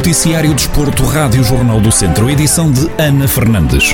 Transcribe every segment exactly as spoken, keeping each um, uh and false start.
Noticiário Desporto, Rádio Jornal do Centro, edição de Ana Fernandes.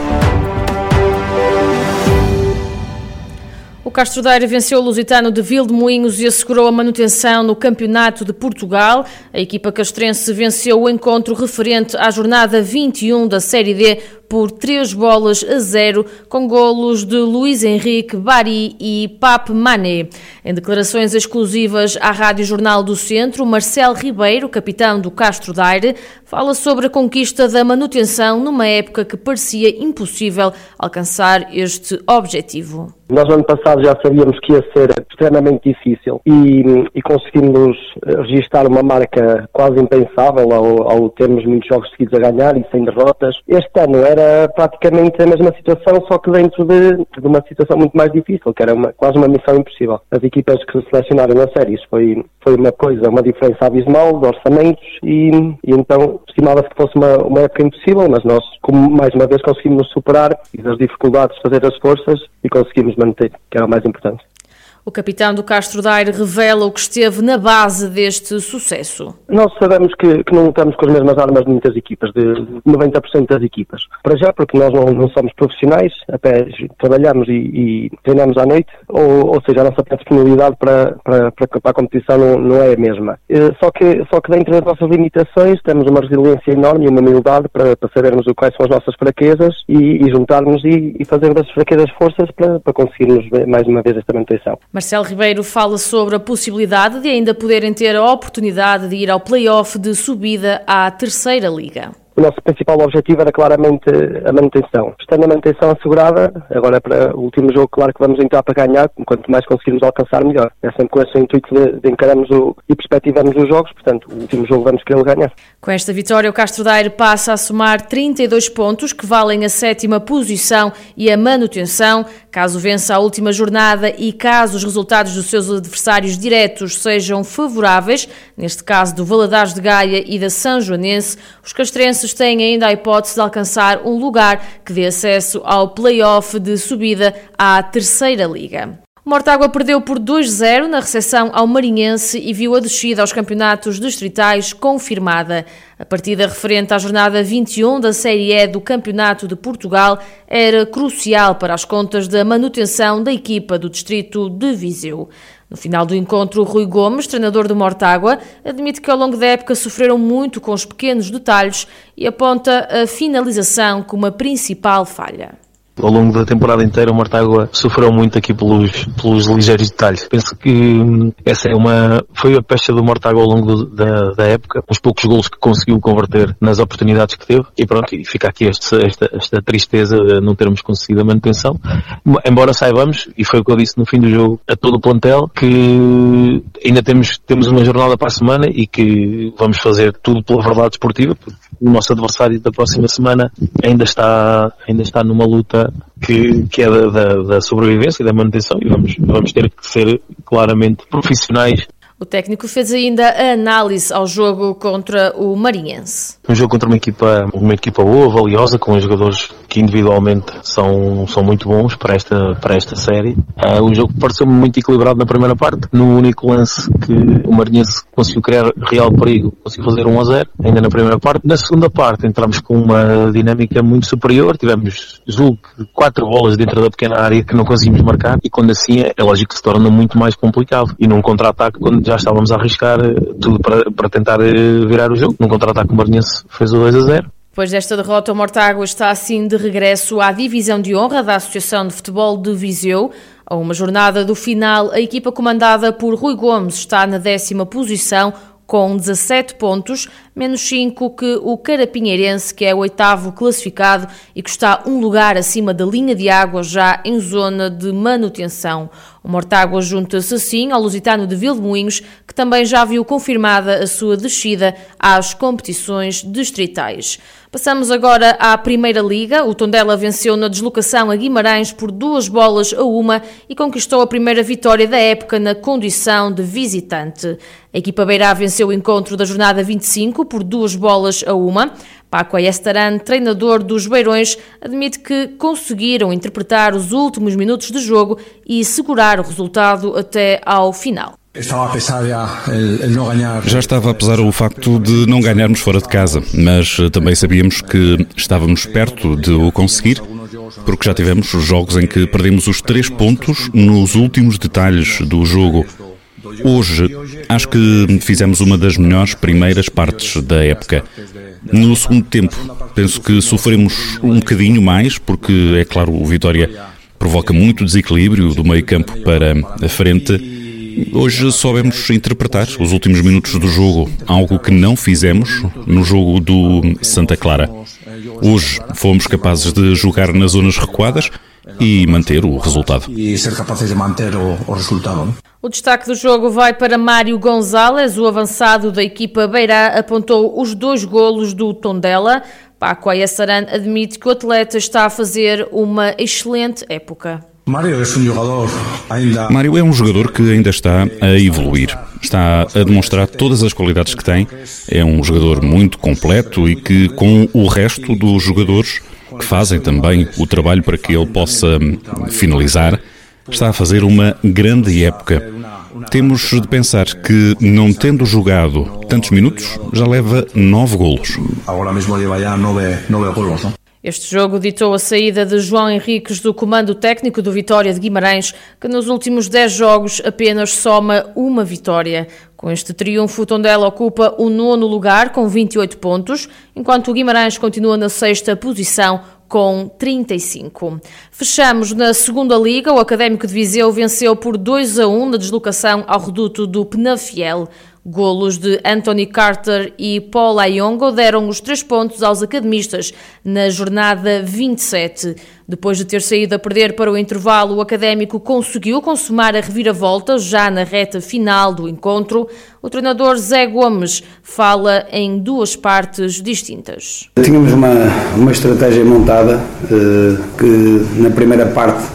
O Castro Daire venceu o Lusitano de Vildemoinhos e assegurou a manutenção no Campeonato de Portugal. A equipa castrense venceu o encontro referente à jornada vinte e um da Série D por três bolas a zero, com golos de Luís Henrique, Bari e Pape Mané. Em declarações exclusivas à Rádio Jornal do Centro, Marcelo Ribeiro, capitão do Castro Daire, fala sobre a conquista da manutenção numa época que parecia impossível alcançar este objetivo. Nós no ano passado já sabíamos que ia ser extremamente difícil e, e conseguimos registrar uma marca quase impensável ao, ao termos muitos jogos seguidos a ganhar e sem derrotas. Este ano era praticamente a mesma situação, só que dentro de, de uma situação muito mais difícil, que era uma, quase uma missão impossível. As equipas que se selecionaram nas séries foi, foi uma coisa, uma diferença abismal de orçamentos e, e então estimava-se que fosse uma, uma época impossível, mas nós, como mais uma vez, conseguimos superar e das dificuldades fazer as forças e conseguimos manter, que era o mais importante. O capitão do Castro Daire revela o que esteve na base deste sucesso. Nós sabemos que, que não lutamos com as mesmas armas de muitas equipas, de noventa por cento das equipas. Para já, porque nós não, não somos profissionais, até trabalhamos e, e treinamos à noite, ou, ou seja, a nossa disponibilidade para, para, para, para a competição não, não é a mesma. Só que, só que dentro das nossas limitações temos uma resiliência enorme e uma humildade para, para sabermos quais são as nossas fraquezas e, e juntarmos e, e fazer das fraquezas forças para, para conseguirmos mais uma vez esta manutenção. Marcelo Ribeiro fala sobre a possibilidade de ainda poderem ter a oportunidade de ir ao play-off de subida à terceira liga. O nosso principal objetivo era claramente a manutenção. Estando a manutenção assegurada, agora para o último jogo, claro que vamos entrar para ganhar, quanto mais conseguirmos alcançar, melhor. É sempre com esse intuito de, de encararmos o, e perspectivamos os jogos, portanto, o último jogo vamos querer ganhar. Com esta vitória, o Castro Daire passa a somar trinta e dois pontos, que valem a sétima posição e a manutenção. Caso vença a última jornada e caso os resultados dos seus adversários diretos sejam favoráveis, neste caso do Valadares de Gaia e da São Joanense, os castrenses têm ainda a hipótese de alcançar um lugar que dê acesso ao play-off de subida à terceira liga. O Mortágua perdeu por dois a zero na recepção ao Marinhense e viu a descida aos campeonatos distritais confirmada. A partida referente à jornada vinte e um da Série E do Campeonato de Portugal era crucial para as contas da manutenção da equipa do distrito de Viseu. No final do encontro, Rui Gomes, treinador do Mortágua, admite que ao longo da época sofreram muito com os pequenos detalhes e aponta a finalização como a principal falha. Ao longo da temporada inteira o Mortágua sofreu muito aqui pelos, pelos ligeiros detalhes. Penso que essa é uma, foi a pecha do Mortágua ao longo do, da, da época, uns poucos golos que conseguiu converter nas oportunidades que teve e pronto, e fica aqui este, esta, esta tristeza de não termos conseguido a manutenção, embora saibamos, e foi o que eu disse no fim do jogo a todo o plantel, que ainda temos, temos uma jornada para a semana e que vamos fazer tudo pela verdade desportiva, porque o nosso adversário da próxima semana ainda está, ainda está numa luta que, que é da, da, da sobrevivência e da manutenção e vamos, vamos ter que ser claramente profissionais. O técnico fez ainda a análise ao jogo contra o Marinhense. Um jogo contra uma equipa, uma equipa boa, valiosa, com jogadores que individualmente são, são muito bons para esta, para esta série. Uh, o jogo pareceu-me muito equilibrado na primeira parte. No único lance que o Marinhense conseguiu criar real perigo, conseguiu fazer um a zero, ainda na primeira parte. Na segunda parte entramos com uma dinâmica muito superior. Tivemos, julgo, quatro bolas dentro da pequena área que não conseguimos marcar e quando assim é, é lógico que se torna muito mais complicado. E num contra-ataque, quando já estávamos a arriscar tudo para, para tentar virar o jogo, num contra-ataque o Marinhense fez o dois a zero. Depois desta derrota, o Mortágua está assim de regresso à divisão de honra da Associação de Futebol de Viseu. A uma jornada do final, a equipa comandada por Rui Gomes está na décima posição, com dezassete pontos, menos cinco que o Carapinheirense, que é o oitavo classificado e que está um lugar acima da linha de água, já em zona de manutenção. O Mortágua junta-se assim ao Lusitano de Vildemoinhos, que também já viu confirmada a sua descida às competições distritais. Passamos agora à Primeira Liga. O Tondela venceu na deslocação a Guimarães por duas bolas a uma e conquistou a primeira vitória da época na condição de visitante. A equipa beirá venceu o encontro da jornada vinte e cinco por duas bolas a uma. Paco Ayestaran, treinador dos Beirões, admite que conseguiram interpretar os últimos minutos de jogo e segurar o resultado até ao final. Já estava a pesar o facto de não ganharmos fora de casa, mas também sabíamos que estávamos perto de o conseguir, porque já tivemos jogos em que perdemos os três pontos nos últimos detalhes do jogo. Hoje, acho que fizemos uma das melhores primeiras partes da época. No segundo tempo, penso que sofremos um bocadinho mais, porque, é claro, o Vitória provoca muito desequilíbrio do meio-campo para a frente. Hoje soubemos interpretar os últimos minutos do jogo, algo que não fizemos no jogo do Santa Clara. Hoje fomos capazes de jogar nas zonas recuadas e manter o resultado. O destaque do jogo vai para Mário Gonzalez. O avançado da equipa beirã apontou os dois golos do Tondela. Paco Ayesarán admite que o atleta está a fazer uma excelente época. Mário é um jogador que ainda está a evoluir. Está a demonstrar todas as qualidades que tem. É um jogador muito completo e que, com o resto dos jogadores que fazem também o trabalho para que ele possa finalizar, está a fazer uma grande época. Temos de pensar que, não tendo jogado tantos minutos, já leva nove golos. Este jogo ditou a saída de João Henriques do comando técnico do Vitória de Guimarães, que nos últimos dez jogos apenas soma uma vitória. Com este triunfo, o Tondela ocupa o nono lugar com vinte e oito pontos, enquanto o Guimarães continua na sexta posição com trinta e cinco. Fechamos na segunda liga. O Académico de Viseu venceu por dois a um na deslocação ao reduto do Penafiel. Golos de Anthony Carter e Paul Ayongo deram os três pontos aos academistas na jornada vinte e sete. Depois de ter saído a perder para o intervalo, o Académico conseguiu consumar a reviravolta já na reta final do encontro. O treinador Zé Gomes fala em duas partes distintas. Tínhamos uma, uma estratégia montada eh, que na primeira parte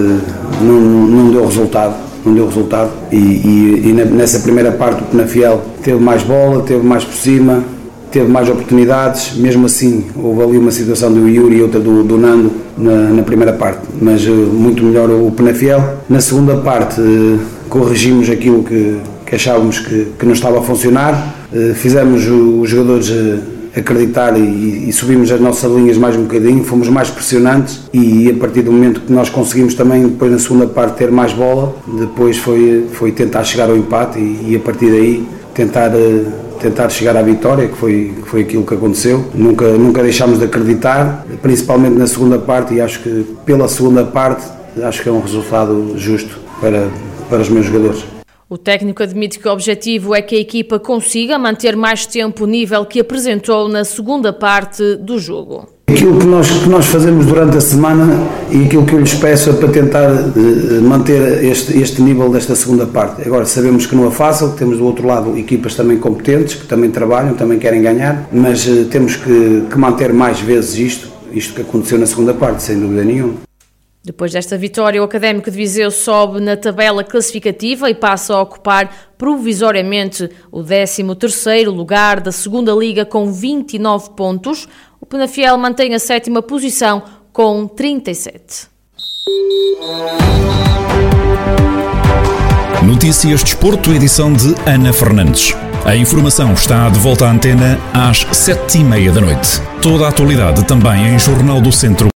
eh, não, não deu resultado. não deu resultado e, e, e nessa primeira parte o Penafiel teve mais bola, teve mais por cima, teve mais oportunidades. Mesmo assim houve ali uma situação do Yuri e outra do, do Nando na, na primeira parte, mas uh, muito melhor o Penafiel. Na segunda parte uh, corrigimos aquilo que, que achávamos que, que não estava a funcionar, uh, fizemos o, os jogadores uh, acreditar e, e subimos as nossas linhas mais um bocadinho, fomos mais pressionantes e a partir do momento que nós conseguimos também depois na segunda parte ter mais bola, depois foi, foi tentar chegar ao empate e, e a partir daí tentar, tentar chegar à vitória, que foi, que foi aquilo que aconteceu. Nunca, nunca deixámos de acreditar, principalmente na segunda parte, e acho que pela segunda parte acho que é um resultado justo para, para os meus jogadores. O técnico admite que o objetivo é que a equipa consiga manter mais tempo o nível que apresentou na segunda parte do jogo. Aquilo que nós, que nós fazemos durante a semana e aquilo que eu lhes peço é para tentar uh, manter este, este nível desta segunda parte. Agora, sabemos que não é fácil, temos do outro lado equipas também competentes, que também trabalham, também querem ganhar, mas uh, temos que, que manter mais vezes isto, isto que aconteceu na segunda parte, sem dúvida nenhuma. Depois desta vitória, o Académico de Viseu sobe na tabela classificativa e passa a ocupar provisoriamente o décimo terceiro lugar da segunda Liga com vinte e nove pontos. O Penafiel mantém a sétima posição com trinta e sete. Notícias Desporto, edição de Ana Fernandes. A informação está de volta à antena às sete e meia da noite. Toda a atualidade também em jornal do centro.